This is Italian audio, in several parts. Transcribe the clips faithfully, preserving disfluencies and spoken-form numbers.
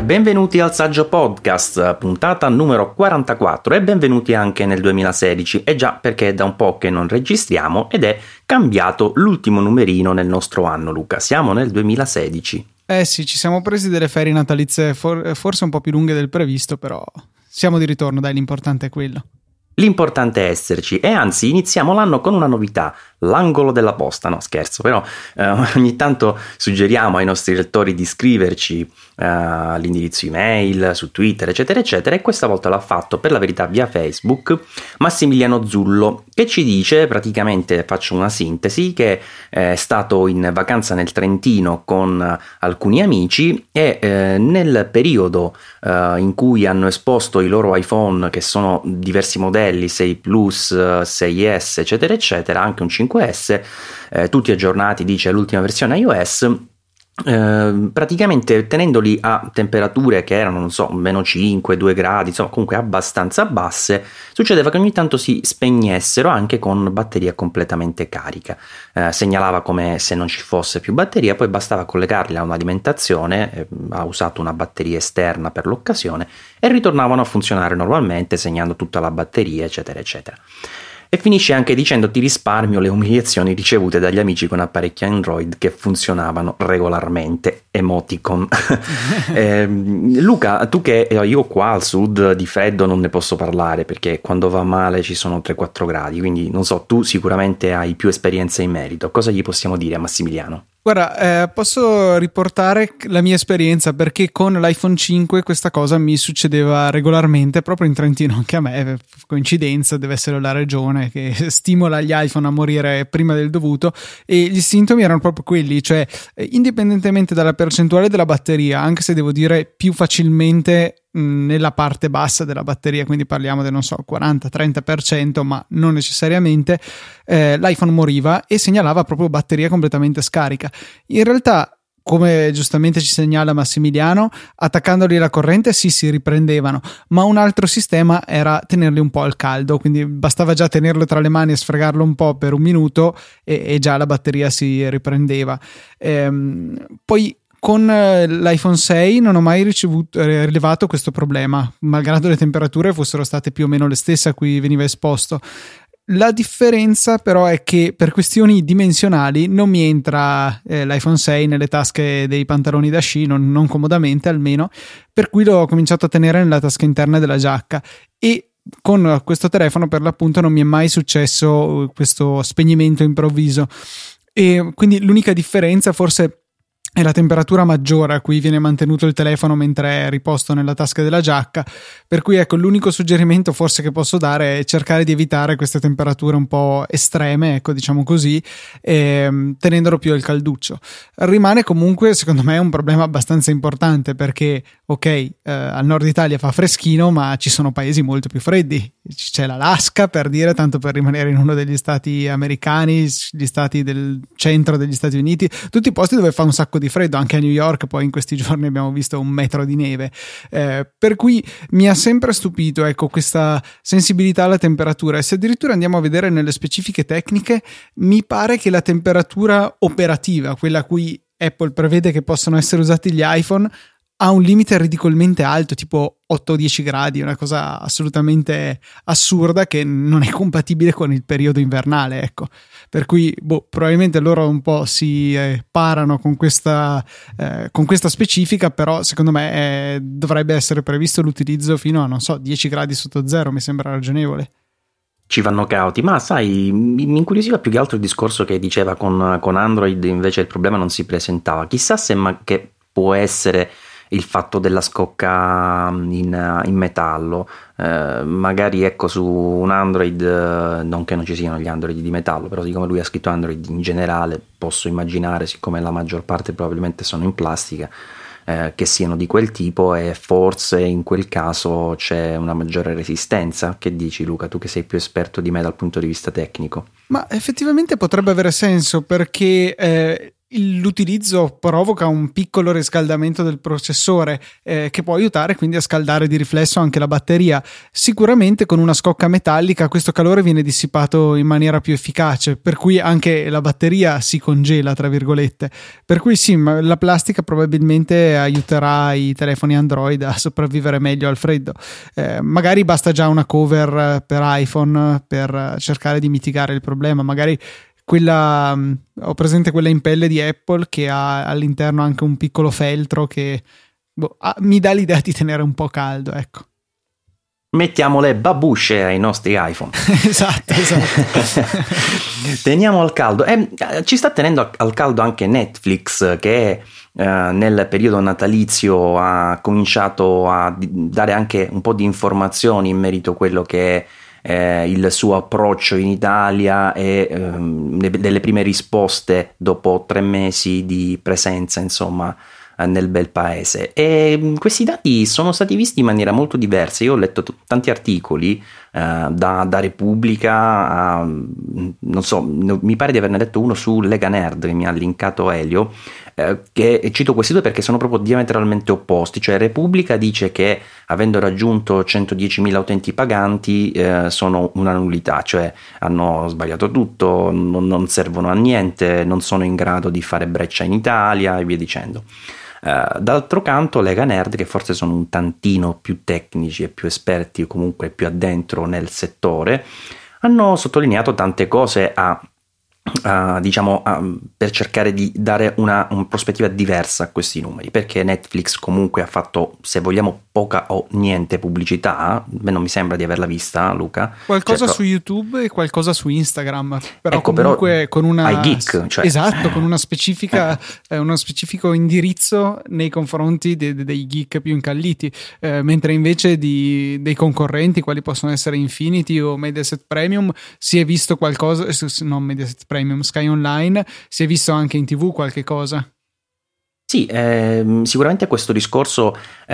benvenuti al Saggio Podcast, puntata numero quarantaquattro e benvenuti anche nel duemilasedici, e già perché è da un po' che non registriamo ed è cambiato l'ultimo numerino nel nostro anno, Luca, siamo nel duemilasedici. Eh sì, ci siamo presi delle ferie natalizie for- forse un po' più lunghe del previsto, però siamo di ritorno, dai, l'importante è quello. L'importante è esserci, e anzi iniziamo l'anno con una novità, l'angolo della posta, no scherzo, però eh, ogni tanto suggeriamo ai nostri lettori di scriverci eh, all'indirizzo email, su Twitter eccetera eccetera, e questa volta l'ha fatto per la verità via Facebook Massimiliano Zullo, che ci dice, praticamente faccio una sintesi, che è stato in vacanza nel Trentino con alcuni amici e eh, nel periodo eh, in cui hanno esposto i loro iPhone, che sono diversi modelli, sei Plus, sei S eccetera eccetera, anche un cinque S, eh, tutti aggiornati, dice, all'ultima versione iOS, eh, praticamente tenendoli a temperature che erano, non so, meno cinque, due gradi, insomma comunque abbastanza basse, succedeva che ogni tanto si spegnessero anche con batteria completamente carica. Eh, segnalava come se non ci fosse più batteria, poi bastava collegarli a un'alimentazione, eh, ha usato una batteria esterna per l'occasione, e ritornavano a funzionare normalmente segnando tutta la batteria eccetera eccetera. E finisce anche dicendo: ti risparmio le umiliazioni ricevute dagli amici con apparecchi Android che funzionavano regolarmente, emoticon. eh, Luca, tu che io qua al sud di freddo non ne posso parlare, perché quando va male ci sono tre quattro gradi, quindi non so, tu sicuramente hai più esperienza in merito, cosa gli possiamo dire a Massimiliano? Guarda, eh, posso riportare la mia esperienza, perché con l'iPhone cinque questa cosa mi succedeva regolarmente, proprio in Trentino, anche a me, coincidenza, deve essere la regione che stimola gli iPhone a morire prima del dovuto, e gli sintomi erano proprio quelli, cioè indipendentemente dalla percentuale della batteria, anche se devo dire più facilmente nella parte bassa della batteria, quindi parliamo del, non so, quaranta trenta per cento, ma non necessariamente, eh, l'iPhone moriva e segnalava proprio batteria completamente scarica. In realtà, come giustamente ci segnala Massimiliano, attaccandoli alla corrente sì, si riprendevano, ma un altro sistema era tenerli un po' al caldo, quindi bastava già tenerlo tra le mani e sfregarlo un po' per un minuto e, e già la batteria si riprendeva. Ehm, poi con l'iPhone sei non ho mai ricevuto, eh, rilevato questo problema, malgrado le temperature fossero state più o meno le stesse a cui veniva esposto. La differenza però è che per questioni dimensionali non mi entra eh, l'iPhone sei nelle tasche dei pantaloni da sci, non, non comodamente almeno, per cui l'ho cominciato a tenere nella tasca interna della giacca, e con questo telefono per l'appunto non mi è mai successo questo spegnimento improvviso, e quindi l'unica differenza forse è la temperatura maggiore a cui viene mantenuto il telefono mentre è riposto nella tasca della giacca, per cui ecco, l'unico suggerimento forse che posso dare è cercare di evitare queste temperature un po' estreme, ecco, diciamo così, ehm, tenendolo più al calduccio. Rimane comunque secondo me un problema abbastanza importante, perché ok, eh, al nord Italia fa freschino, ma ci sono paesi molto più freddi, c'è l'Alaska, per dire, tanto per rimanere in uno degli stati americani, gli stati del centro degli Stati Uniti, tutti i posti dove fa un sacco di freddo, anche a New York poi in questi giorni abbiamo visto un metro di neve, eh, per cui mi ha sempre stupito, ecco, questa sensibilità alla temperatura. E se addirittura andiamo a vedere nelle specifiche tecniche, mi pare che la temperatura operativa, quella a cui Apple prevede che possano essere usati gli iPhone, ha un limite ridicolmente alto, tipo otto dieci gradi, una cosa assolutamente assurda che non è compatibile con il periodo invernale, ecco. Per cui boh, probabilmente loro un po' si eh, parano con questa, eh, con questa specifica, però secondo me eh, dovrebbe essere previsto l'utilizzo fino a, non so, dieci gradi sotto zero, mi sembra ragionevole. Ci vanno cauti, ma sai, mi incuriosiva più che altro il discorso che diceva con, con Android, invece il problema non si presentava. Chissà se ma che può essere il fatto della scocca in, in metallo, eh, magari ecco su un Android, eh, non che non ci siano gli Android di metallo, però siccome lui ha scritto Android in generale, posso immaginare, siccome la maggior parte probabilmente sono in plastica, eh, che siano di quel tipo, e forse in quel caso c'è una maggiore resistenza. Che dici, Luca, tu che sei più esperto di me dal punto di vista tecnico? Ma effettivamente potrebbe avere senso, perché eh, l'utilizzo provoca un piccolo riscaldamento del processore eh, che può aiutare quindi a scaldare di riflesso anche la batteria. Sicuramente con una scocca metallica questo calore viene dissipato in maniera più efficace, per cui anche la batteria si congela tra virgolette, per cui sì, ma la plastica probabilmente aiuterà i telefoni Android a sopravvivere meglio al freddo. Eh, magari basta già una cover per iPhone per cercare di mitigare il problema, magari quella, ho presente quella in pelle di Apple che ha all'interno anche un piccolo feltro che boh, ah, mi dà l'idea di tenere un po' caldo, ecco. Mettiamo le babusce ai nostri iPhone. esatto, esatto. Teniamo al caldo. E ci sta tenendo al caldo anche Netflix, che eh, nel periodo natalizio ha cominciato a dare anche un po' di informazioni in merito a quello che è Eh, il suo approccio in Italia e ehm, delle prime risposte dopo tre mesi di presenza, insomma, eh, nel bel paese. E questi dati sono stati visti in maniera molto diversa. Io ho letto t- tanti articoli eh, da, da Repubblica a, non so, no, mi pare di averne letto uno su Lega Nerd che mi ha linkato Elio, eh, che cito questi due perché sono proprio diametralmente opposti. Cioè Repubblica dice che avendo raggiunto centodiecimila utenti paganti eh, sono una nullità, cioè hanno sbagliato tutto, non, non servono a niente, non sono in grado di fare breccia in Italia e via dicendo. Uh, d'altro canto Lega Nerd, che forse sono un tantino più tecnici e più esperti o comunque più addentro nel settore, hanno sottolineato tante cose a Uh, diciamo uh, per cercare di dare una, una prospettiva diversa a questi numeri, perché Netflix comunque ha fatto, se vogliamo, poca o niente pubblicità. Beh, non mi sembra di averla vista, Luca. Qualcosa cioè, su YouTube e qualcosa su Instagram, però ecco, comunque però con una ai geek, cioè, esatto, con una specifica eh, uno specifico indirizzo nei confronti de, de, dei geek più incalliti, eh, mentre invece di, dei concorrenti, quali possono essere Infinity o Mediaset Premium, si è visto qualcosa, non Mediaset Premium, Sky Online, si è visto anche in TV qualche cosa. Sì, ehm, sicuramente questo discorso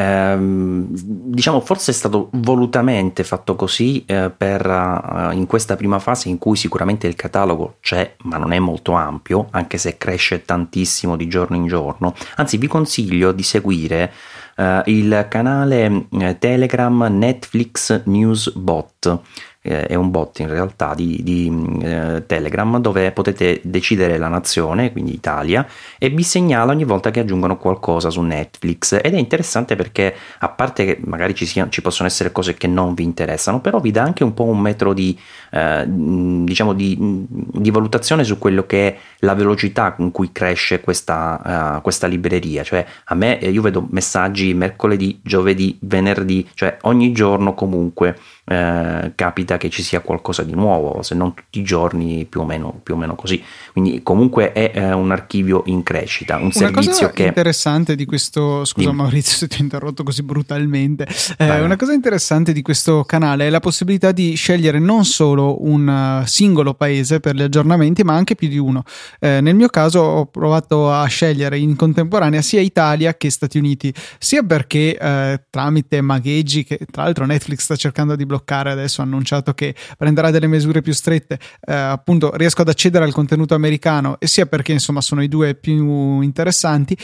ehm, diciamo forse è stato volutamente fatto così eh, per uh, in questa prima fase in cui sicuramente il catalogo c'è, ma non è molto ampio, anche se cresce tantissimo di giorno in giorno. Anzi, vi consiglio di seguire uh, il canale eh, Telegram Netflix News Bot. È un bot in realtà di, di eh, Telegram, dove potete decidere la nazione, quindi Italia, e vi segnala ogni volta che aggiungono qualcosa su Netflix. Ed è interessante perché, a parte che magari ci, sia, ci possono essere cose che non vi interessano, però vi dà anche un po' un metro di eh, diciamo di, di valutazione su quello che è la velocità con cui cresce questa, uh, questa libreria. Cioè a me, io vedo messaggi mercoledì, giovedì, venerdì, cioè ogni giorno comunque Eh, capita che ci sia qualcosa di nuovo, se non tutti i giorni, più o meno, più o meno così. Quindi comunque è eh, un archivio in crescita, un Una servizio cosa che interessante di questo, scusa Dimmi. Maurizio se ti ho interrotto così brutalmente, eh, Vai. una cosa interessante di questo canale è la possibilità di scegliere non solo un uh, singolo paese per gli aggiornamenti, ma anche più di uno. Eh, nel mio caso ho provato a scegliere in contemporanea sia Italia che Stati Uniti, sia perché eh, tramite magheggi, che tra l'altro Netflix sta cercando di bloccare, adesso ha annunciato che prenderà delle misure più strette, eh, appunto riesco ad accedere al contenuto americano, e sia perché insomma sono i due più interessanti.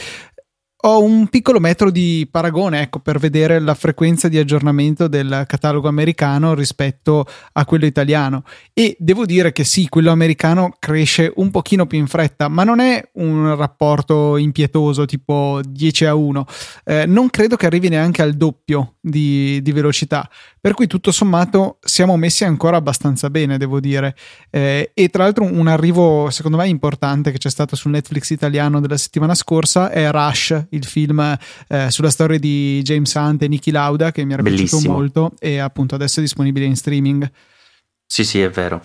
Ho un piccolo metro di paragone, ecco, per vedere la frequenza di aggiornamento del catalogo americano rispetto a quello italiano, e devo dire che sì, quello americano cresce un pochino più in fretta, ma non è un rapporto impietoso tipo dieci a uno, eh, non credo che arrivi neanche al doppio di, di velocità, per cui tutto sommato siamo messi ancora abbastanza bene, devo dire. Eh, e tra l'altro un arrivo secondo me importante che c'è stato sul Netflix italiano della settimana scorsa è Rush, il film eh, sulla storia di James Hunt e Niki Lauda, che mi era Bellissimo. piaciuto molto, e appunto adesso è disponibile in streaming. Sì, sì, è vero.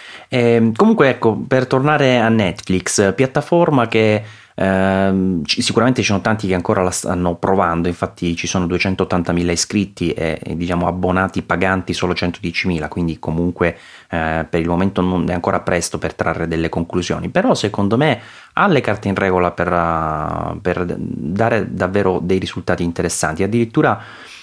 E, comunque, ecco, per tornare a Netflix, piattaforma che ehm, c- sicuramente ci sono tanti che ancora la stanno provando, infatti ci sono duecentottantamila iscritti e, e diciamo abbonati paganti solo centodiecimila, quindi comunque eh, per il momento non è ancora presto per trarre delle conclusioni, però secondo me ha le carte in regola per, uh, per dare davvero dei risultati interessanti. Addirittura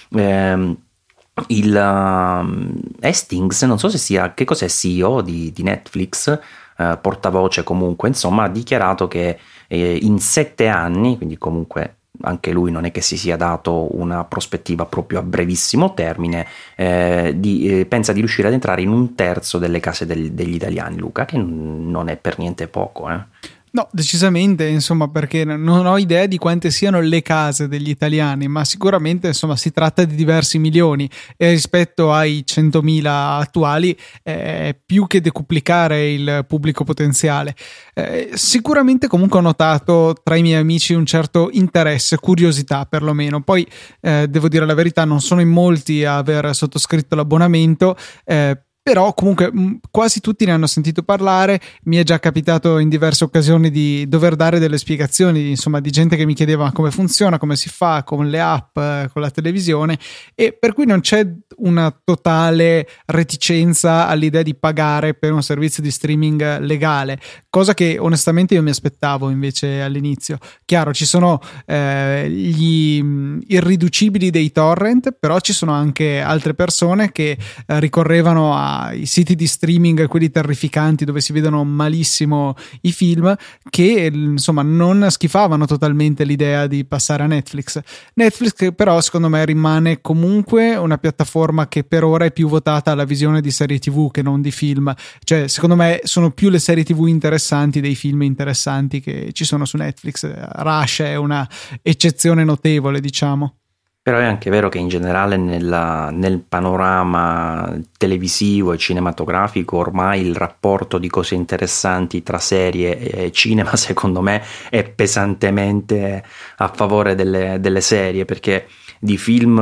ehm, il uh, Hastings, non so se sia, che cos'è C E O di, di Netflix, eh, portavoce comunque, insomma, ha dichiarato che eh, in sette anni, quindi comunque anche lui non è che si sia dato una prospettiva proprio a brevissimo termine, eh, di, eh, pensa di riuscire ad entrare in un terzo delle case del, degli italiani, Luca, che non è per niente poco, eh. No, decisamente, insomma, perché non ho idea di quante siano le case degli italiani, ma sicuramente, insomma, si tratta di diversi milioni e rispetto ai centomila attuali è più che decuplicare il pubblico potenziale. Eh, sicuramente comunque ho notato tra i miei amici un certo interesse, curiosità perlomeno. Poi eh, devo dire la verità, non sono in molti a aver sottoscritto l'abbonamento, eh, però comunque quasi tutti ne hanno sentito parlare. Mi è già capitato in diverse occasioni di dover dare delle spiegazioni, insomma, di gente che mi chiedeva come funziona, come si fa con le app, con la televisione, e per cui non c'è una totale reticenza all'idea di pagare per un servizio di streaming legale, cosa che onestamente io mi aspettavo invece all'inizio. Chiaro, ci sono eh, gli irriducibili dei torrent, però ci sono anche altre persone che eh, ricorrevano a i siti di streaming, quelli terrificanti dove si vedono malissimo i film, che insomma non schifavano totalmente l'idea di passare a Netflix. Netflix però secondo me rimane comunque una piattaforma che per ora è più votata alla visione di serie tv che non di film, cioè secondo me sono più le serie tv interessanti dei film interessanti che ci sono su Netflix. Rush è una eccezione notevole, diciamo. Però è anche vero che in generale nella, nel panorama televisivo e cinematografico ormai il rapporto di cose interessanti tra serie e cinema secondo me è pesantemente a favore delle, delle serie, perché di film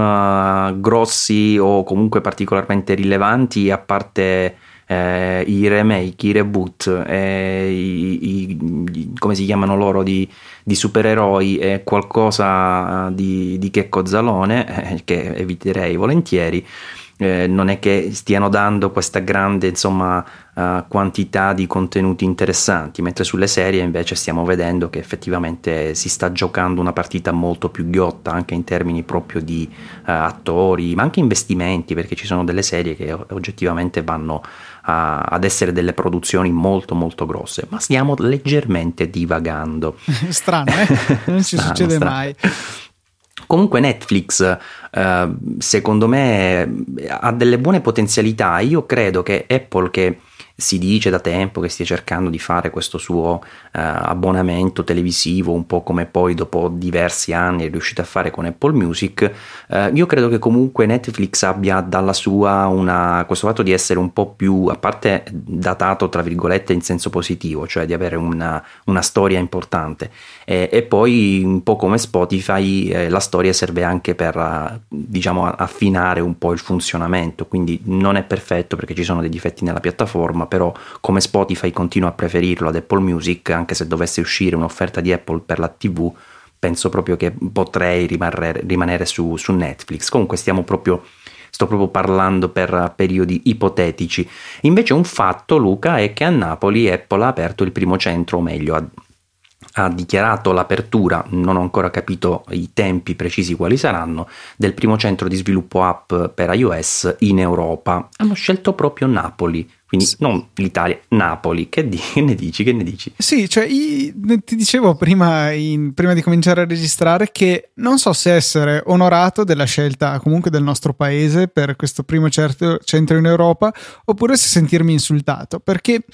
grossi o comunque particolarmente rilevanti, a parte eh, i remake, i reboot, eh, i, i, come si chiamano loro, di, di supereroi, e qualcosa di, di Checco Zalone, eh, che eviterei volentieri. Eh, non è che stiano dando questa grande, insomma, uh, quantità di contenuti interessanti, mentre sulle serie invece stiamo vedendo che effettivamente si sta giocando una partita molto più ghiotta, anche in termini proprio di uh, attori, ma anche investimenti, perché ci sono delle serie che oggettivamente vanno a, ad essere delle produzioni molto molto grosse, ma stiamo leggermente divagando. Strano, eh? Non ci strano, succede strano. mai. Comunque Netflix eh, secondo me ha delle buone potenzialità. Io credo che Apple, che si dice da tempo che stia cercando di fare questo suo eh, abbonamento televisivo, un po' come poi dopo diversi anni è riuscito a fare con Apple Music, eh, io credo che comunque Netflix abbia dalla sua una, questo fatto di essere un po' più, a parte datato tra virgolette in senso positivo, cioè di avere una, una storia importante, e, e poi un po' come Spotify eh, la storia serve anche per uh, diciamo affinare un po' il funzionamento, quindi non è perfetto perché ci sono dei difetti nella piattaforma, però come Spotify continua a preferirlo ad Apple Music, anche se dovesse uscire un'offerta di Apple per la tivù, penso proprio che potrei rimanere, rimanere su, su Netflix. Comunque stiamo proprio sto proprio parlando per periodi ipotetici. Invece un fatto, Luca, è che a Napoli Apple ha aperto il primo centro, o meglio ha, ha dichiarato l'apertura, non ho ancora capito i tempi precisi quali saranno, del primo centro di sviluppo app per iOS in Europa. Hanno scelto proprio Napoli, quindi non l'Italia, Napoli. Che, di, che ne dici? Che ne dici? Sì, cioè io, ti dicevo prima, in, prima di cominciare a registrare, che non so se essere onorato della scelta comunque del nostro paese per questo primo certo, centro in Europa, oppure se sentirmi insultato, perché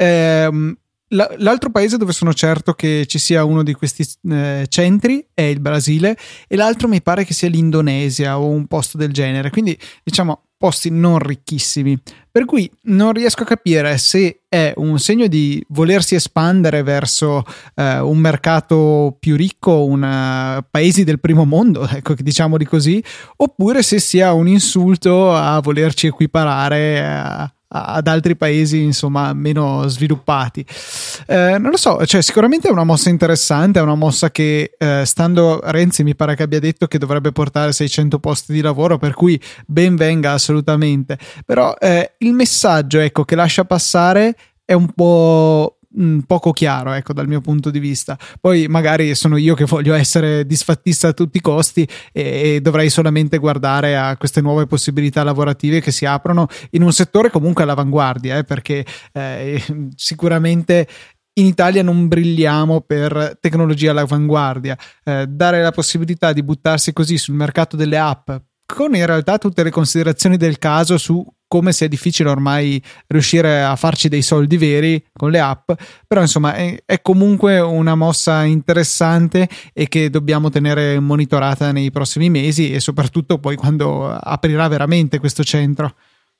ehm, l'altro paese dove sono certo che ci sia uno di questi eh, centri è il Brasile, e l'altro mi pare che sia l'Indonesia o un posto del genere, quindi diciamo posti non ricchissimi, per cui non riesco a capire se è un segno di volersi espandere verso eh, un mercato più ricco, un uh, paesi del primo mondo, ecco, diciamo di così, oppure se sia un insulto a volerci equiparare a ad altri paesi, insomma, meno sviluppati. Eh, non lo so, cioè sicuramente è una mossa interessante, è una mossa che eh, stando Renzi mi pare che abbia detto che dovrebbe portare seicento posti di lavoro, per cui ben venga assolutamente. Però eh, il messaggio, ecco, che lascia passare è un po' mh, poco chiaro, ecco, dal mio punto di vista. Poi magari sono io che voglio essere disfattista a tutti i costi e, e dovrei solamente guardare a queste nuove possibilità lavorative che si aprono in un settore comunque all'avanguardia, eh, perché eh, sicuramente in Italia non brilliamo per tecnologia all'avanguardia. Eh, dare la possibilità di buttarsi così sul mercato delle app, con in realtà tutte le considerazioni del caso su come sia difficile ormai riuscire a farci dei soldi veri con le app, però insomma è, è comunque una mossa interessante e che dobbiamo tenere monitorata nei prossimi mesi e soprattutto poi quando aprirà veramente questo centro.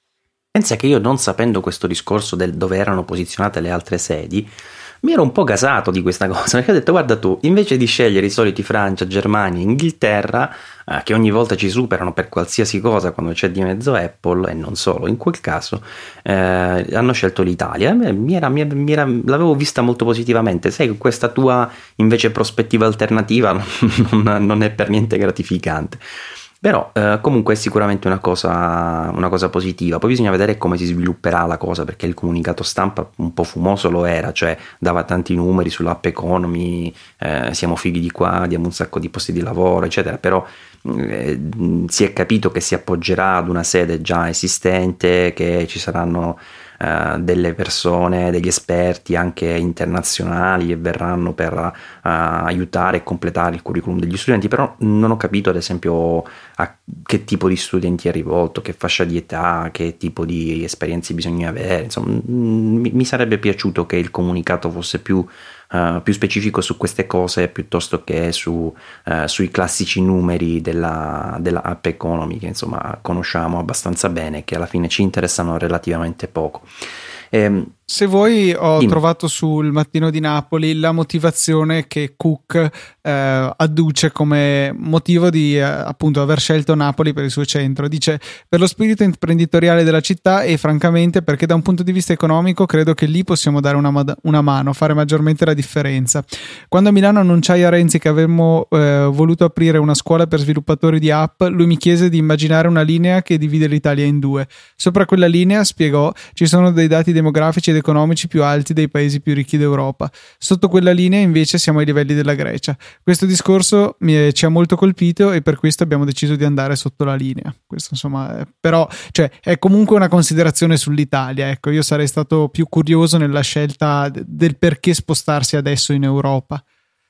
Pensa che io, non sapendo questo discorso del dove erano posizionate le altre sedi, mi ero un po' gasato di questa cosa, perché ho detto guarda tu, invece di scegliere i soliti Francia, Germania, Inghilterra, eh, che ogni volta ci superano per qualsiasi cosa quando c'è di mezzo Apple, e non solo in quel caso, eh, hanno scelto l'Italia. Mi era, mi, mi era, l'avevo vista molto positivamente. Sai, questa tua invece prospettiva alternativa non, non è per niente gratificante. Però eh, comunque è sicuramente una cosa, una cosa positiva. Poi bisogna vedere come si svilupperà la cosa, perché il comunicato stampa un po' fumoso lo era, cioè dava tanti numeri sull'app economy, eh, siamo fighi di qua, diamo un sacco di posti di lavoro eccetera, però eh, si è capito che si appoggerà ad una sede già esistente, che ci saranno Uh, delle persone, degli esperti anche internazionali che verranno per uh, aiutare e completare il curriculum degli studenti, però non ho capito ad esempio a che tipo di studenti è rivolto, che fascia di età, che tipo di esperienze bisogna avere. Insomma, mi, mi sarebbe piaciuto che il comunicato fosse più Uh, più specifico su queste cose piuttosto che su, uh, sui classici numeri della, della app economy, che insomma conosciamo abbastanza bene, che alla fine ci interessano relativamente poco. Ehm, Se vuoi, ho dimmi. trovato sul Mattino di Napoli la motivazione che Cook eh, adduce come motivo di eh, appunto aver scelto Napoli per il suo centro. Dice: per lo spirito imprenditoriale della città e francamente perché da un punto di vista economico credo che lì possiamo dare una, una mano, fare maggiormente la differenza. Quando a Milano annunciai a Renzi che avremmo eh, voluto aprire una scuola per sviluppatori di app, lui mi chiese di immaginare una linea che divide l'Italia in due. Sopra quella linea, spiegò, ci sono dei dati demografici ed economici più alti dei paesi più ricchi d'Europa. Sotto quella linea invece siamo ai livelli della Grecia. Questo discorso mi è, ci ha molto colpito e per questo abbiamo deciso di andare sotto la linea. Questo insomma è, però cioè, è comunque una considerazione sull'Italia. Ecco, io sarei stato più curioso nella scelta del perché spostarsi adesso in Europa.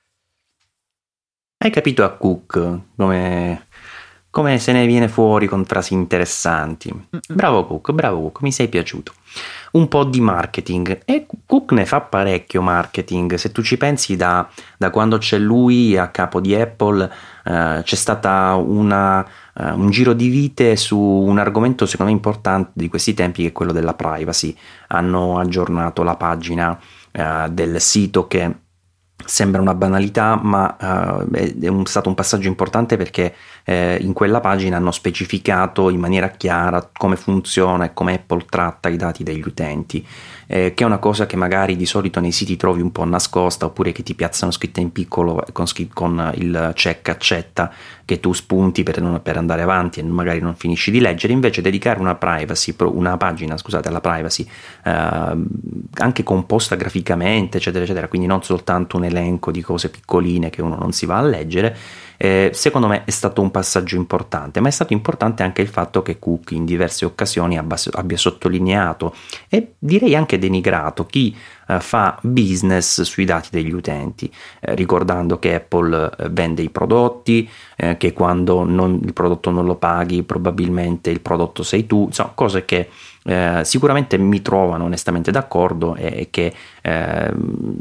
Hai capito a Cook come... come se ne viene fuori con frasi interessanti. Bravo Cook, bravo Cook, mi sei piaciuto. Un po' di marketing, e Cook ne fa parecchio marketing. Se tu ci pensi, da, da quando c'è lui a capo di Apple eh, c'è stata una, uh, un giro di vite su un argomento secondo me importante di questi tempi, che è quello della privacy. Hanno aggiornato la pagina uh, del sito, che sembra una banalità, ma uh, è, è un, stato un passaggio importante, perché eh, in quella pagina hanno specificato in maniera chiara come funziona e come Apple tratta i dati degli utenti, eh, che è una cosa che magari di solito nei siti trovi un po' nascosta, oppure che ti piazzano scritta in piccolo con, con il check accetta, che tu spunti per, non, per andare avanti e magari non finisci di leggere. Invece dedicare una privacy, una pagina scusate alla privacy, eh, anche composta graficamente eccetera eccetera, quindi non soltanto un elenco di cose piccoline che uno non si va a leggere, eh, secondo me è stato un passaggio importante. Ma è stato importante anche il fatto che Cook in diverse occasioni abbia, abbia sottolineato e direi anche denigrato chi eh, fa business sui dati degli utenti, eh, ricordando che Apple eh, vende i prodotti, eh, che quando non, il prodotto non lo paghi probabilmente il prodotto sei tu, insomma cose che Eh, sicuramente mi trovano onestamente d'accordo, e, e che eh,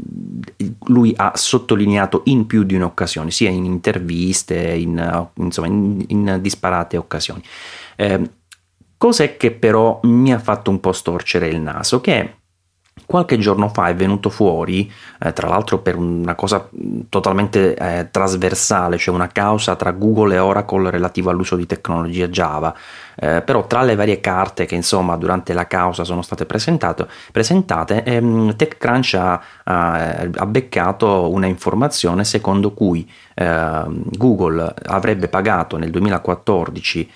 lui ha sottolineato in più di un'occasione, sia in interviste, in, insomma in, in disparate occasioni. Eh, cos'è che però mi ha fatto un po' storcere il naso? Che qualche giorno fa è venuto fuori, eh, tra l'altro per una cosa totalmente eh, trasversale, cioè una causa tra Google e Oracle relativa all'uso di tecnologia Java, eh, però tra le varie carte che insomma durante la causa sono state presentate, presentate ehm, TechCrunch ha, ha, ha beccato una informazione secondo cui eh, Google avrebbe pagato nel duemilaquattordici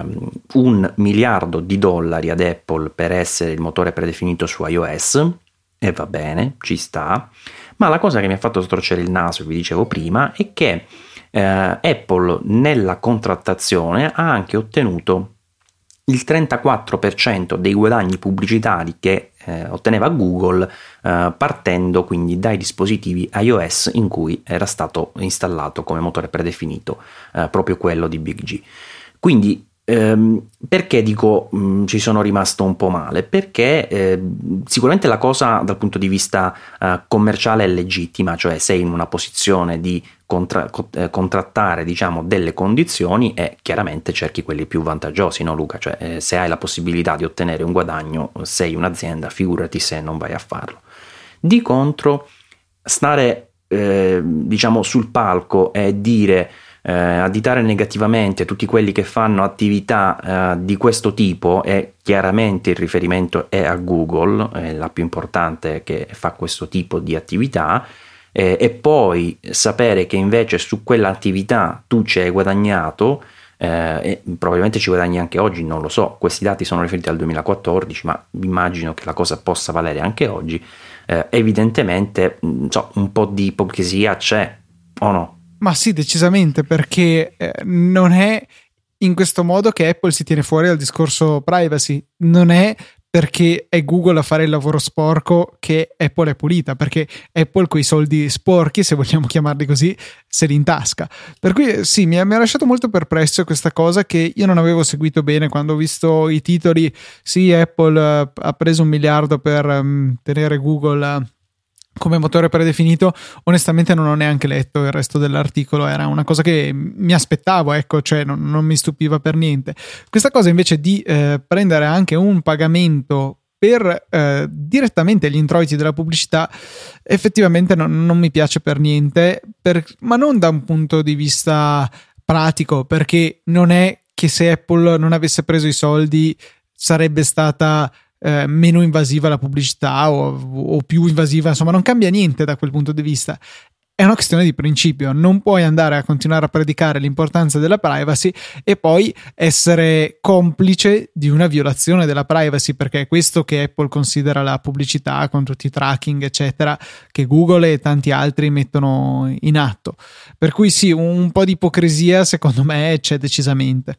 un miliardo di dollari ad Apple per essere il motore predefinito su iOS, e va bene, ci sta, ma la cosa che mi ha fatto storcere il naso, vi dicevo prima, è che eh, Apple nella contrattazione ha anche ottenuto il trentaquattro per cento dei guadagni pubblicitari che eh, otteneva Google eh, partendo quindi dai dispositivi iOS in cui era stato installato come motore predefinito eh, proprio quello di Big G. Quindi ehm, perché dico mh, ci sono rimasto un po' male? Perché eh, sicuramente la cosa dal punto di vista eh, commerciale è legittima, cioè sei in una posizione di Contra- eh, contrattare diciamo delle condizioni e chiaramente cerchi quelli più vantaggiosi, no Luca? Cioè eh, se hai la possibilità di ottenere un guadagno, sei un'azienda, figurati se non vai a farlo. Di contro stare eh, diciamo sul palco e dire eh, additare negativamente tutti quelli che fanno attività eh, di questo tipo, e chiaramente il riferimento è a Google, è la più importante che fa questo tipo di attività, Eh, e poi sapere che invece su quell'attività tu ci hai guadagnato eh, e probabilmente ci guadagni anche oggi, non lo so, questi dati sono riferiti al duemilaquattordici, ma immagino che la cosa possa valere anche oggi, eh, evidentemente mh, so, un po' di ipocrisia c'è, o no? Ma sì, decisamente, perché eh, non è in questo modo che Apple si tiene fuori dal discorso privacy, non è perché è Google a fare il lavoro sporco che Apple è pulita, perché Apple quei soldi sporchi, se vogliamo chiamarli così, se li intasca. Per cui sì, mi ha, mi ha lasciato molto perplesso questa cosa che io non avevo seguito bene quando ho visto i titoli. Sì, Apple uh, ha preso un miliardo per um, tenere Google uh, come motore predefinito. Onestamente non ho neanche letto il resto dell'articolo, era una cosa che mi aspettavo, ecco, cioè non, non mi stupiva per niente. Questa cosa invece di eh, prendere anche un pagamento per eh, direttamente gli introiti della pubblicità effettivamente non, non mi piace per niente, per, ma non da un punto di vista pratico, perché non è che se Apple non avesse preso i soldi sarebbe stata Eh, meno invasiva la pubblicità o, o più invasiva, insomma non cambia niente da quel punto di vista. È una questione di principio, non puoi andare a continuare a predicare l'importanza della privacy e poi essere complice di una violazione della privacy, perché è questo che Apple considera la pubblicità con tutti i tracking eccetera che Google e tanti altri mettono in atto. Per cui sì, un po' di ipocrisia secondo me c'è decisamente.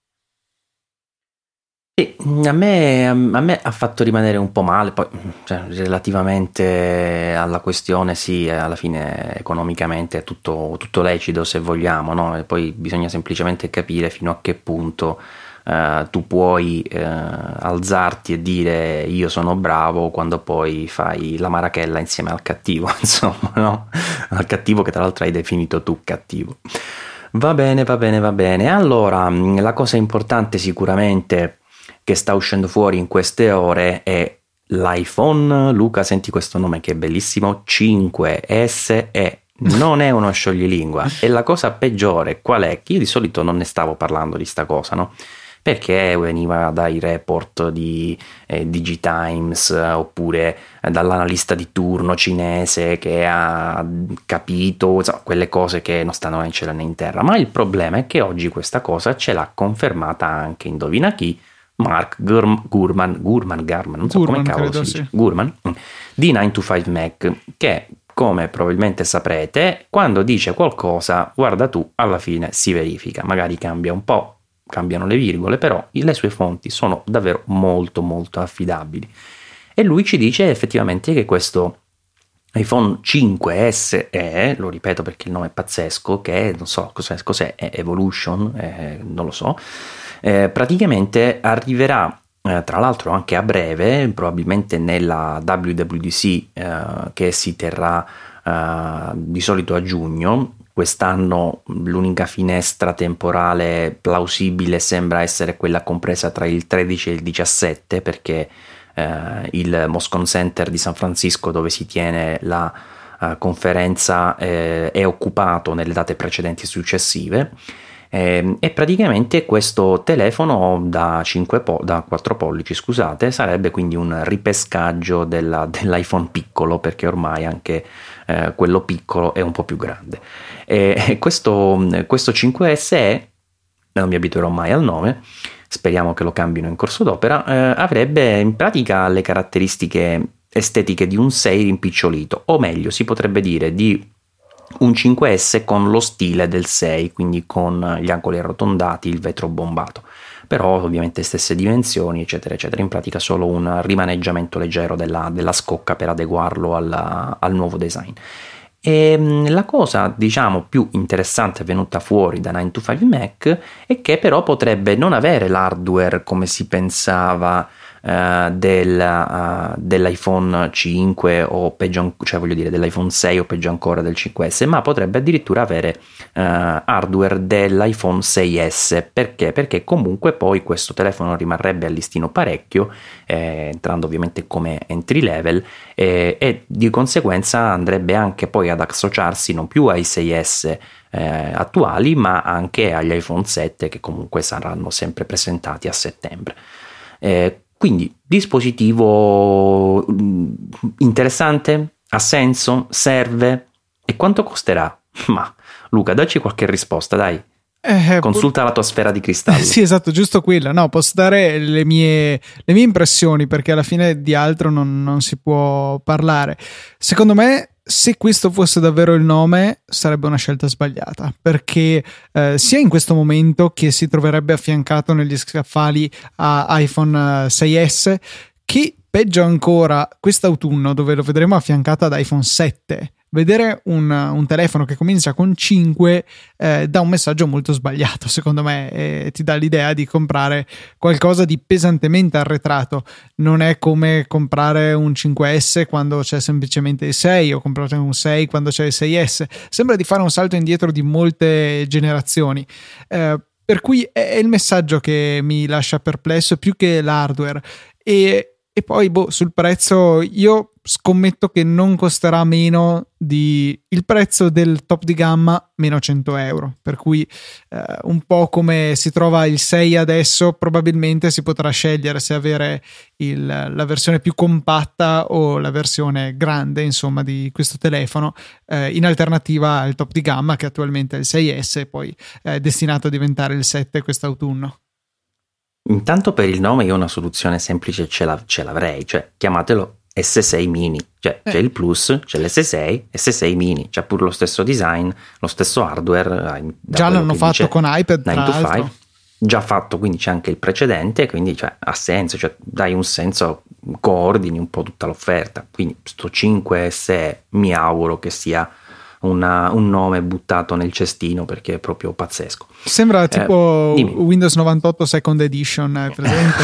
Sì, a me, a me ha fatto rimanere un po' male, poi cioè, relativamente alla questione sì, alla fine economicamente è tutto, tutto lecito se vogliamo, no? E poi bisogna semplicemente capire fino a che punto eh, tu puoi eh, alzarti e dire io sono bravo quando poi fai la marachella insieme al cattivo, insomma, no? Al cattivo che tra l'altro hai definito tu cattivo. Va bene, va bene, va bene. Allora, la cosa importante sicuramente che sta uscendo fuori in queste ore è l'iPhone, Luca, senti questo nome che è bellissimo, cinque S E, non è uno scioglilingua. E la cosa peggiore qual è? Che io di solito non ne stavo parlando di sta cosa, no? Perché veniva dai report di eh, DigiTimes eh, oppure eh, dall'analista di turno cinese che ha capito, insomma, quelle cose che non stanno né in cielo né in terra. Ma il problema è che oggi questa cosa ce l'ha confermata anche, indovina chi? Mark Gurman, Gurman, Gurman, Garman, non so Gurman, come cavolo credo, si dice, sì. Gurman, di nine to five Mac, che come probabilmente saprete, quando dice qualcosa, guarda tu, alla fine si verifica, magari cambia un po', cambiano le virgole, però le sue fonti sono davvero molto molto affidabili. E lui ci dice effettivamente che questo iPhone cinque S E, lo ripeto perché il nome è pazzesco, che è, non so cos'è, cos'è è Evolution, eh, non lo so, eh, praticamente arriverà eh, tra l'altro anche a breve, probabilmente nella W W D C eh, che si terrà eh, di solito a giugno. Quest'anno l'unica finestra temporale plausibile sembra essere quella compresa tra il tredici e il diciassette, perché eh, il Moscone Center di San Francisco, dove si tiene la uh, conferenza, eh, è occupato nelle date precedenti e successive. Eh, e praticamente questo telefono da, cinque po- da quattro pollici, scusate, sarebbe quindi un ripescaggio della, dell'iPhone piccolo, perché ormai anche eh, quello piccolo è un po' più grande. E questo, questo cinque S E, non mi abituerò mai al nome, speriamo che lo cambino in corso d'opera, eh, avrebbe in pratica le caratteristiche estetiche di un sei rimpicciolito, o meglio si potrebbe dire di un cinque S con lo stile del sei, quindi con gli angoli arrotondati, il vetro bombato, però ovviamente stesse dimensioni eccetera eccetera, in pratica solo un rimaneggiamento leggero della, della scocca per adeguarlo alla, al nuovo design. E la cosa diciamo più interessante venuta fuori da nine to five Mac è che però potrebbe non avere l'hardware come si pensava Uh, del, uh, dell'iPhone cinque o peggio, cioè voglio dire dell'iPhone sei o peggio ancora del cinque S, ma potrebbe addirittura avere uh, hardware dell'iPhone sei S. Perché? Perché comunque poi questo telefono rimarrebbe a listino parecchio, eh, entrando ovviamente come entry level, eh, e di conseguenza andrebbe anche poi ad associarsi non più ai sei S eh, attuali, ma anche agli iPhone sette che comunque saranno sempre presentati a settembre. Eh, Quindi dispositivo interessante, ha senso, serve, e quanto costerà? Ma Luca, dacci qualche risposta, dai. Eh, Consulta pur... la tua sfera di cristallo. Sì, esatto, giusto quella. No, posso dare le mie, le mie impressioni, perché alla fine di altro non, non si può parlare. Secondo me, se questo fosse davvero il nome, sarebbe una scelta sbagliata, perché eh, sia in questo momento che si troverebbe affiancato negli scaffali a iPhone sei S, che peggio ancora quest'autunno, dove lo vedremo affiancato ad iPhone sette. Vedere un, un telefono che comincia con cinque eh, dà un messaggio molto sbagliato, secondo me, e ti dà l'idea di comprare qualcosa di pesantemente arretrato. Non è come comprare un cinque S quando c'è semplicemente il sei, o comprare un sei quando c'è il sei S. Sembra di fare un salto indietro di molte generazioni. Eh, per cui è il messaggio che mi lascia perplesso più che l'hardware. E E poi boh, sul prezzo io scommetto che non costerà meno di il prezzo del top di gamma meno cento euro, per cui eh, un po' come si trova il sei adesso, probabilmente si potrà scegliere se avere il, la versione più compatta o la versione grande, insomma, di questo telefono, eh, in alternativa al top di gamma che attualmente è il sei S e poi è destinato a diventare il sette quest'autunno. Intanto per il nome io una soluzione semplice ce, la, ce l'avrei, cioè chiamatelo S sei mini, cioè eh. c'è il Plus, c'è l'S sei, S sei mini, c'ha pure lo stesso design, lo stesso hardware. Già l'hanno fatto con iPad, tra l'altro. Già fatto, quindi c'è anche il precedente, quindi cioè, ha senso, cioè dai un senso, coordini un po' tutta l'offerta, quindi sto cinque S mi auguro che sia Una, un nome buttato nel cestino, perché è proprio pazzesco. Sembra tipo eh, Windows novantotto Second Edition, è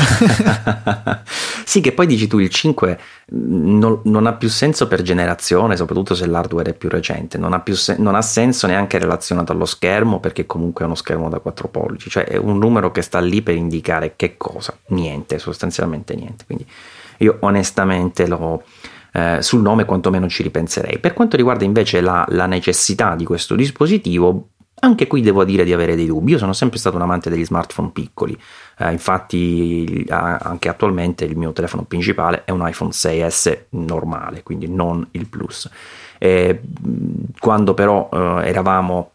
presente? Sì, che poi dici tu il cinque non, non ha più senso per generazione, soprattutto se l'hardware è più recente, non ha, più sen- non ha senso neanche relazionato allo schermo, perché comunque è uno schermo da quattro pollici, cioè è un numero che sta lì per indicare che cosa? Niente, sostanzialmente niente. Quindi io onestamente lo Eh, sul nome quantomeno ci ripenserei. Per quanto riguarda invece la, la necessità di questo dispositivo, anche qui devo dire di avere dei dubbi. Io sono sempre stato un amante degli smartphone piccoli, eh, infatti anche attualmente il mio telefono principale è un iPhone sei S normale, quindi non il Plus. E quando però eh, eravamo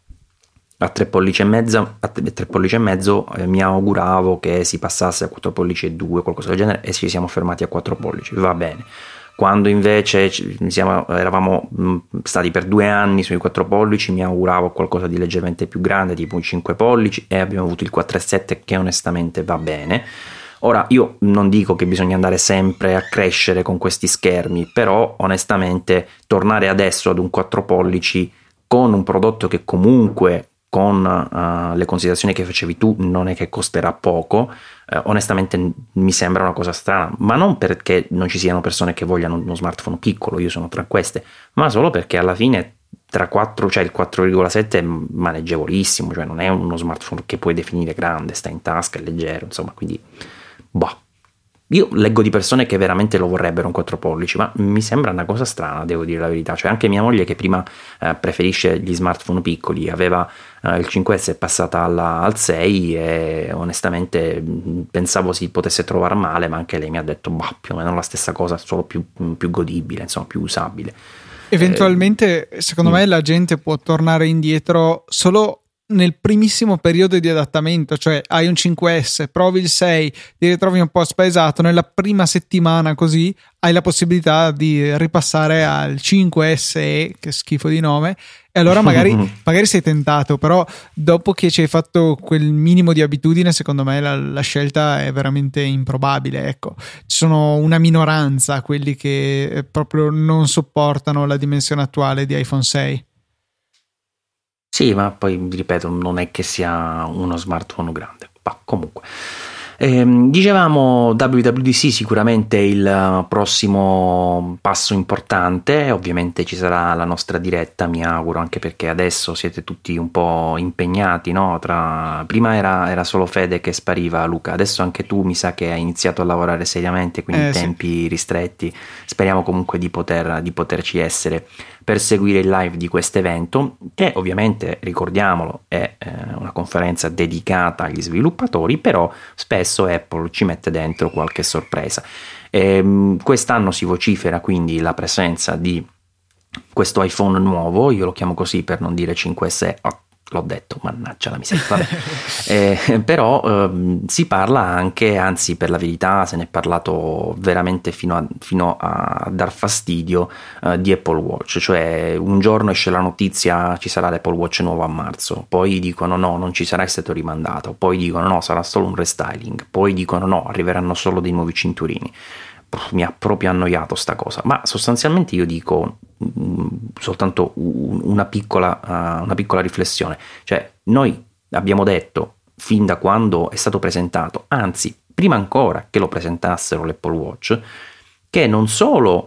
a tre pollici e mezzo, a tre pollici e mezzo eh, mi auguravo che si passasse a quattro pollici e due, qualcosa del genere, e ci siamo fermati a quattro pollici, va bene. Quando invece siamo, eravamo stati per due anni sui quattro pollici, mi auguravo qualcosa di leggermente più grande, tipo un cinque pollici, e abbiamo avuto il quattro virgola sette che onestamente va bene. Ora io non dico che bisogna andare sempre a crescere con questi schermi, però onestamente tornare adesso ad un quattro pollici con un prodotto che comunque con uh, le considerazioni che facevi tu non è che costerà poco, uh, onestamente mi sembra una cosa strana, ma non perché non ci siano persone che vogliano uno smartphone piccolo, io sono tra queste, ma solo perché alla fine tra quattro, cioè il quattro virgola sette è maneggevolissimo, cioè non è uno smartphone che puoi definire grande, sta in tasca, è leggero, insomma, quindi boh. Io leggo di persone che veramente lo vorrebbero un quattro pollici, ma mi sembra una cosa strana, devo dire la verità. Cioè anche mia moglie, che prima eh, preferisce gli smartphone piccoli, aveva eh, il cinque S, è passata alla, al sei, e onestamente mh, pensavo si potesse trovare male, ma anche lei mi ha detto bah, più o meno la stessa cosa, solo più, più godibile, insomma più usabile. Eventualmente, eh, secondo mh. me la gente può tornare indietro solo nel primissimo periodo di adattamento, cioè hai un cinque S, provi il sei, ti ritrovi un po' spaesato, nella prima settimana così hai la possibilità di ripassare al cinque S E, che schifo di nome, e allora magari, magari sei tentato, però dopo che ci hai fatto quel minimo di abitudine, secondo me la, la scelta è veramente improbabile. Ecco, ci sono una minoranza quelli che proprio non sopportano la dimensione attuale di iPhone sei. Sì, ma poi ripeto, non è che sia uno smartphone grande, ma comunque. Eh, dicevamo W W D C sicuramente il prossimo passo importante, ovviamente ci sarà la nostra diretta, mi auguro, anche perché adesso siete tutti un po' impegnati, no? Tra... prima era, era solo Fede che spariva, Luca, adesso anche tu mi sa che hai iniziato a lavorare seriamente, quindi eh, tempi sì. ristretti, speriamo comunque di, poter, di poterci essere per seguire il live di questo evento, che ovviamente, ricordiamolo, è eh, una conferenza dedicata agli sviluppatori, però spesso Apple ci mette dentro qualche sorpresa. E, quest'anno si vocifera quindi la presenza di questo iPhone nuovo, io lo chiamo così per non dire cinque S E, oh, l'ho detto, mannaggia la miseria, vabbè. eh, però eh, si parla anche, anzi per la verità se ne è parlato veramente fino a, fino a dar fastidio eh, di Apple Watch, cioè un giorno esce la notizia ci sarà l'Apple Watch nuovo a marzo, poi dicono no, non ci sarà, è stato rimandato, poi dicono no, sarà solo un restyling, poi dicono no, arriveranno solo dei nuovi cinturini. Mi ha proprio annoiato sta cosa, ma sostanzialmente io dico mh, soltanto una piccola, uh, una piccola riflessione, cioè noi abbiamo detto fin da quando è stato presentato, anzi prima ancora che lo presentassero l'Apple Watch, che non solo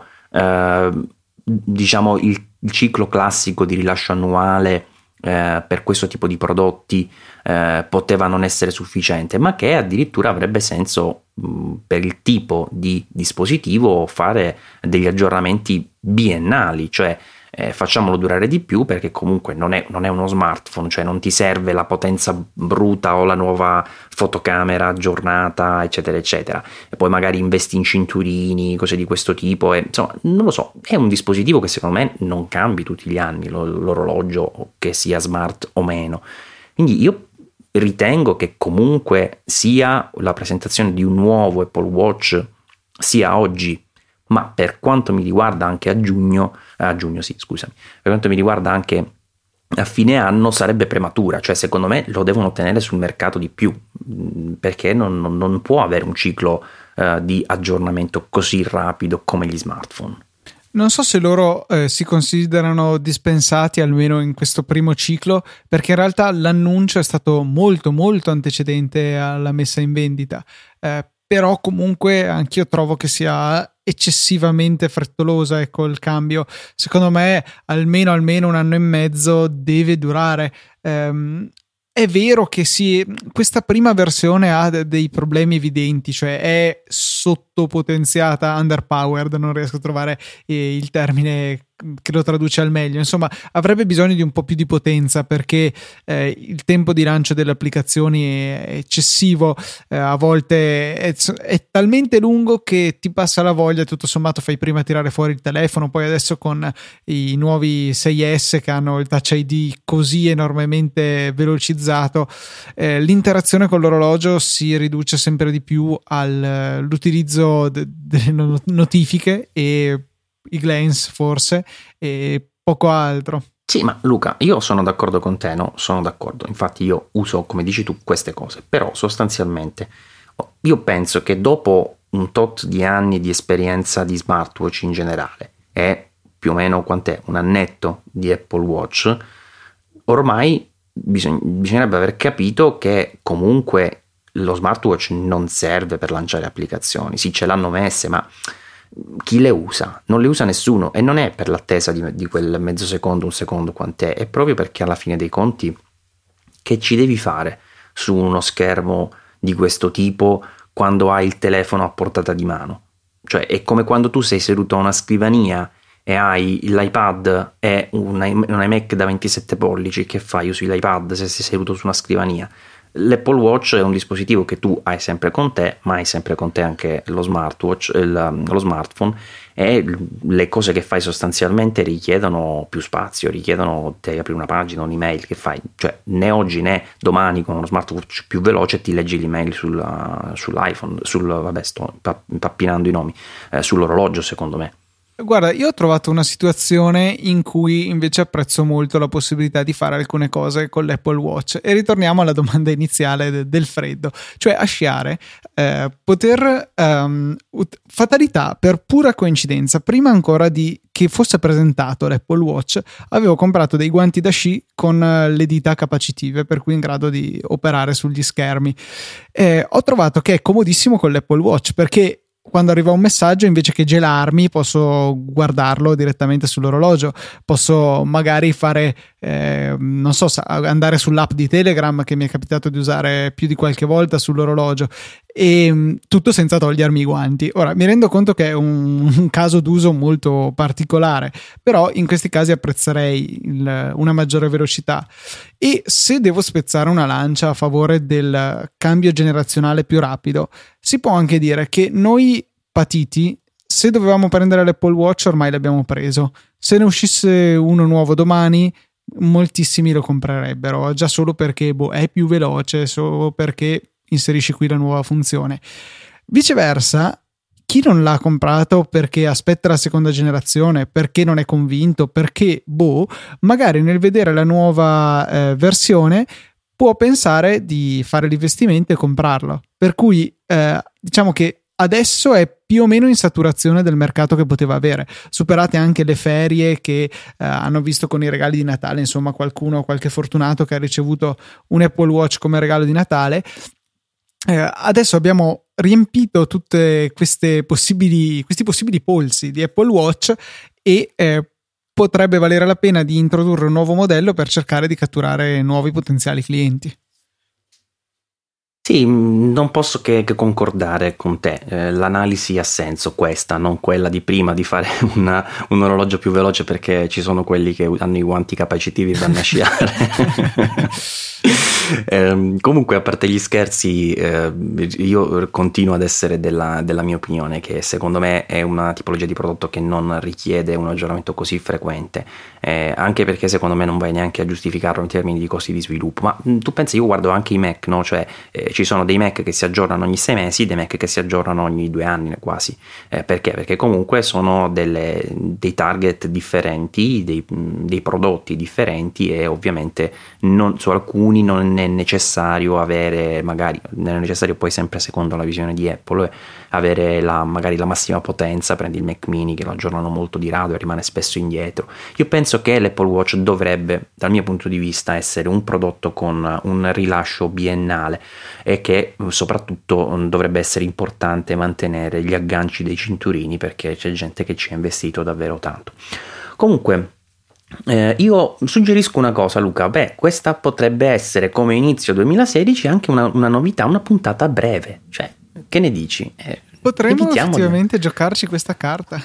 uh, diciamo il, il ciclo classico di rilascio annuale Eh, per questo tipo di prodotti eh, poteva non essere sufficiente, ma che addirittura avrebbe senso mh, per il tipo di dispositivo fare degli aggiornamenti biennali, cioè eh, facciamolo durare di più, perché comunque non è, non è uno smartphone, cioè non ti serve la potenza bruta o la nuova fotocamera aggiornata eccetera eccetera, e poi magari investi in cinturini, cose di questo tipo, e insomma non lo so, è un dispositivo che secondo me non cambi tutti gli anni l'orologio, che sia smart o meno, quindi io ritengo che comunque sia la presentazione di un nuovo Apple Watch sia oggi, ma per quanto mi riguarda anche a giugno, a giugno sì scusami, per quanto mi riguarda anche a fine anno sarebbe prematura, cioè secondo me lo devono tenere sul mercato di più, perché non, non, non può avere un ciclo uh, di aggiornamento così rapido come gli smartphone. Non so se loro eh, si considerano dispensati almeno in questo primo ciclo, perché in realtà l'annuncio è stato molto molto antecedente alla messa in vendita, eh, però comunque anch'io trovo che sia eccessivamente frettolosa, ecco, il cambio. Secondo me almeno almeno un anno e mezzo deve durare. Ehm, È vero che sì, questa prima versione ha dei problemi evidenti, cioè è sottopotenziata, underpowered, non riesco a trovare eh, il termine che lo traduce al meglio, insomma avrebbe bisogno di un po' più di potenza, perché eh, il tempo di lancio delle applicazioni è eccessivo, eh, a volte è, è talmente lungo che ti passa la voglia, tutto sommato fai prima tirare fuori il telefono, poi adesso con i nuovi sei S che hanno il Touch I D così enormemente velocizzato, eh, l'interazione con l'orologio si riduce sempre di più all'utilizzo de- delle notifiche e i glance forse e poco altro. Sì, ma Luca, io sono d'accordo con te, no? Sono d'accordo, infatti io uso, come dici tu, queste cose, però sostanzialmente io penso che dopo un tot di anni di esperienza di smartwatch in generale e più o meno quant'è, un annetto di Apple Watch, ormai bisog- bisognerebbe aver capito che comunque lo smartwatch non serve per lanciare applicazioni, sì ce l'hanno messe, ma chi le usa? Non le usa nessuno, e non è per l'attesa di, di quel mezzo secondo, un secondo quant'è, è proprio perché alla fine dei conti che ci devi fare su uno schermo di questo tipo quando hai il telefono a portata di mano? Cioè è come quando tu sei seduto a una scrivania e hai l'iPad e un, un iMac da ventisette pollici, che fai? Usi l'iPad se sei seduto su una scrivania? l'Apple Watch è un dispositivo che tu hai sempre con te, ma hai sempre con te anche lo smartwatch, il, lo smartphone, e le cose che fai sostanzialmente richiedono più spazio, richiedono, ti apri una pagina, un'email, che fai? Cioè né oggi né domani con uno smartwatch più veloce ti leggi l'email sul, sull'iPhone, sul, vabbè sto impappinando i nomi, eh, sull'orologio secondo me. Guarda, io ho trovato una situazione in cui invece apprezzo molto la possibilità di fare alcune cose con l'Apple Watch, e ritorniamo alla domanda iniziale de- del freddo, cioè a sciare, eh, poter um, ut- fatalità per pura coincidenza, prima ancora di che fosse presentato l'Apple Watch, avevo comprato dei guanti da sci con le dita capacitive, per cui in grado di operare sugli schermi. Eh, ho trovato che è comodissimo con l'Apple Watch, perché quando arriva un messaggio, invece che gelarmi, posso guardarlo direttamente sull'orologio, posso magari fare, eh, non so, andare sull'app di Telegram, che mi è capitato di usare più di qualche volta sull'orologio, e tutto senza togliermi i guanti. Ora, mi rendo conto che è un, un caso d'uso molto particolare, però in questi casi apprezzerei il, una maggiore velocità. E se devo spezzare una lancia a favore del cambio generazionale più rapido, si può anche dire che noi patiti, se dovevamo prendere l'Apple Watch, ormai l'abbiamo preso. Se ne uscisse uno nuovo domani, moltissimi lo comprerebbero, già solo perché boh, è più veloce, solo perché inserisci qui la nuova funzione. Viceversa, chi non l'ha comprato perché aspetta la seconda generazione, perché non è convinto, perché boh, magari nel vedere la nuova eh, versione può pensare di fare l'investimento e comprarlo. Per cui eh, diciamo che adesso è più o meno in saturazione del mercato che poteva avere, superate anche le ferie che eh, hanno visto con i regali di Natale, insomma qualcuno, qualche fortunato che ha ricevuto un Apple Watch come regalo di Natale. Eh, adesso abbiamo riempito tutte queste possibili, questi possibili polsi di Apple Watch, e eh, potrebbe valere la pena di introdurre un nuovo modello per cercare di catturare nuovi potenziali clienti. Sì, non posso che, che concordare con te, eh, l'analisi ha senso questa, non quella di prima di fare una, un orologio più veloce perché ci sono quelli che hanno i guanti capacitivi e vanno a sciare. eh, comunque, a parte gli scherzi, eh, io continuo ad essere della, della mia opinione, che secondo me è una tipologia di prodotto che non richiede un aggiornamento così frequente, eh, anche perché secondo me non vai neanche a giustificarlo in termini di costi di sviluppo. Ma mh, tu pensi, io guardo anche i Mac, no? Cioè eh, ci sono dei Mac che si aggiornano ogni sei mesi, dei Mac che si aggiornano ogni due anni quasi, eh, perché? Perché comunque sono delle, dei target differenti, dei, dei prodotti differenti, e ovviamente non, su alcuni non è necessario avere, magari non è necessario poi, sempre secondo la visione di Apple, avere la, magari la massima potenza. Prendi il Mac mini che lo aggiornano molto di rado e rimane spesso indietro. Io penso che l'Apple Watch dovrebbe, dal mio punto di vista, essere un prodotto con un rilascio biennale, e che soprattutto dovrebbe essere importante mantenere gli agganci dei cinturini, perché c'è gente che ci ha investito davvero tanto. Comunque eh, io suggerisco una cosa, Luca. Beh, questa potrebbe essere, come inizio duemilasedici, anche una, una novità, una puntata breve. Cioè, che ne dici? Eh, Potremmo effettivamente giocarci questa carta.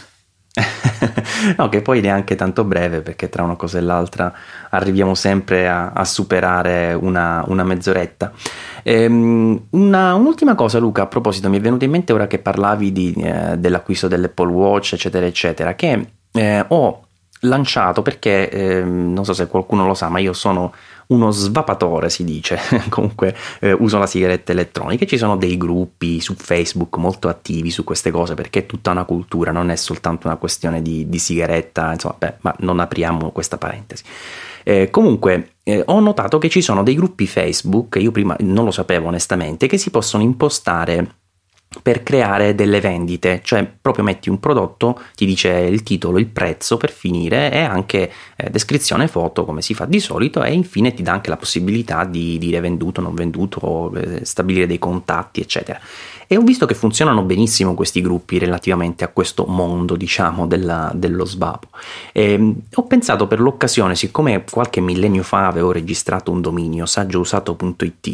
No, che poi neanche tanto breve, perché tra una cosa e l'altra arriviamo sempre a, a superare una, una mezz'oretta. Ehm, una, un'ultima cosa, Luca, a proposito, mi è venuto in mente ora che parlavi di, eh, dell'acquisto dell'Apple Watch, eccetera eccetera, che eh, ho lanciato perché eh, non so se qualcuno lo sa, ma io sono uno svapatore, si dice. Comunque eh, uso la sigaretta elettronica, e ci sono dei gruppi su Facebook molto attivi su queste cose, perché è tutta una cultura, non è soltanto una questione di, di sigaretta, insomma, beh, ma non apriamo questa parentesi. Eh, comunque eh, ho notato che ci sono dei gruppi Facebook, io prima non lo sapevo onestamente, che si possono impostare per creare delle vendite, cioè proprio metti un prodotto, ti dice il titolo, il prezzo per finire, e anche eh, descrizione, foto, come si fa di solito, e infine ti dà anche la possibilità di dire venduto, non venduto, eh, stabilire dei contatti, eccetera. E ho visto che funzionano benissimo questi gruppi relativamente a questo mondo, diciamo, della, dello svapo. E ho pensato, per l'occasione, siccome qualche millennio fa avevo registrato un dominio, saggiousato punto it,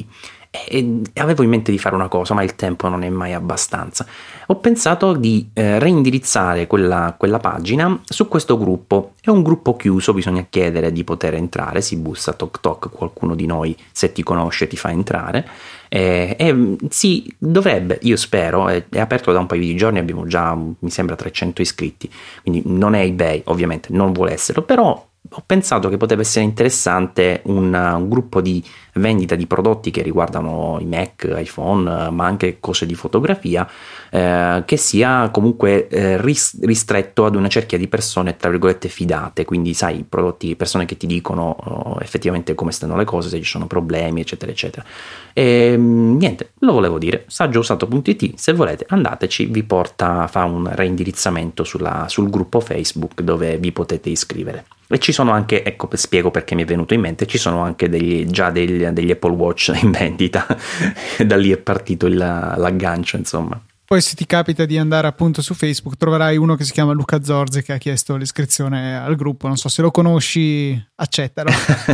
e avevo in mente di fare una cosa, ma il tempo non è mai abbastanza. Ho pensato di eh, reindirizzare quella, quella pagina su questo gruppo. È un gruppo chiuso, bisogna chiedere di poter entrare, si bussa toc toc, qualcuno di noi, se ti conosce, ti fa entrare. E, e si dovrebbe, io spero, è, è aperto da un paio di giorni, abbiamo già mi sembra trecento iscritti, quindi non è eBay, ovviamente non vuole esserlo, però ho pensato che potrebbe essere interessante un, un gruppo di vendita di prodotti che riguardano i Mac, iPhone, ma anche cose di fotografia, eh, che sia comunque eh, ris- ristretto ad una cerchia di persone tra virgolette fidate, quindi sai, prodotti, persone che ti dicono oh, effettivamente come stanno le cose, se ci sono problemi eccetera eccetera. E niente, lo volevo dire, saggiousato punto it, se volete andateci, vi porta, fa un reindirizzamento sulla, sul gruppo Facebook dove vi potete iscrivere. E ci sono anche, ecco, spiego perché mi è venuto in mente, ci sono anche degli, già degli, degli Apple Watch in vendita, da lì è partito il, l'aggancio, insomma. Poi se ti capita di andare appunto su Facebook troverai uno che si chiama Luca Zorzi che ha chiesto l'iscrizione al gruppo, non so se lo conosci, accettalo.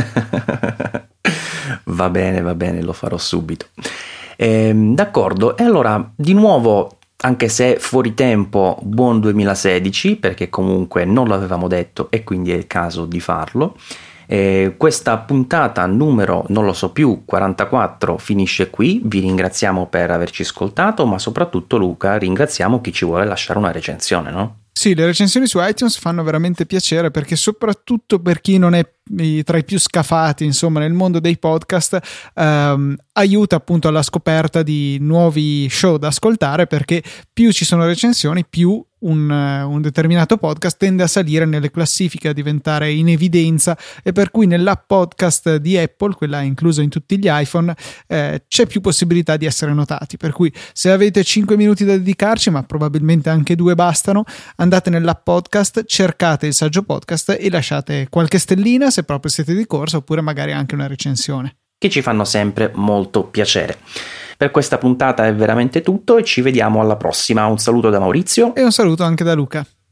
Va bene, va bene, lo farò subito. Ehm, d'accordo, e allora di nuovo, anche se fuori tempo, buon duemilasedici, perché comunque non l'avevamo detto e quindi è il caso di farlo. Eh, questa puntata numero, non lo so più, quarantaquattro finisce qui. Vi ringraziamo per averci ascoltato, ma soprattutto, Luca, ringraziamo chi ci vuole lasciare una recensione, no? Sì, le recensioni su iTunes fanno veramente piacere, perché soprattutto per chi non è tra i più scafati, insomma, nel mondo dei podcast, ehm, aiuta appunto alla scoperta di nuovi show da ascoltare, perché più ci sono recensioni, più un, un determinato podcast tende a salire nelle classifiche, a diventare in evidenza, e per cui nell'app podcast di Apple, quella inclusa in tutti gli iPhone, eh, c'è più possibilità di essere notati. Per cui se avete cinque minuti da dedicarci, ma probabilmente anche due bastano, andate nell'app podcast, cercate il Saggio Podcast e lasciate qualche stellina se proprio siete di corsa, oppure magari anche una recensione, che ci fanno sempre molto piacere. Per questa puntata è veramente tutto e ci vediamo alla prossima. Un saluto da Maurizio e un saluto anche da Luca.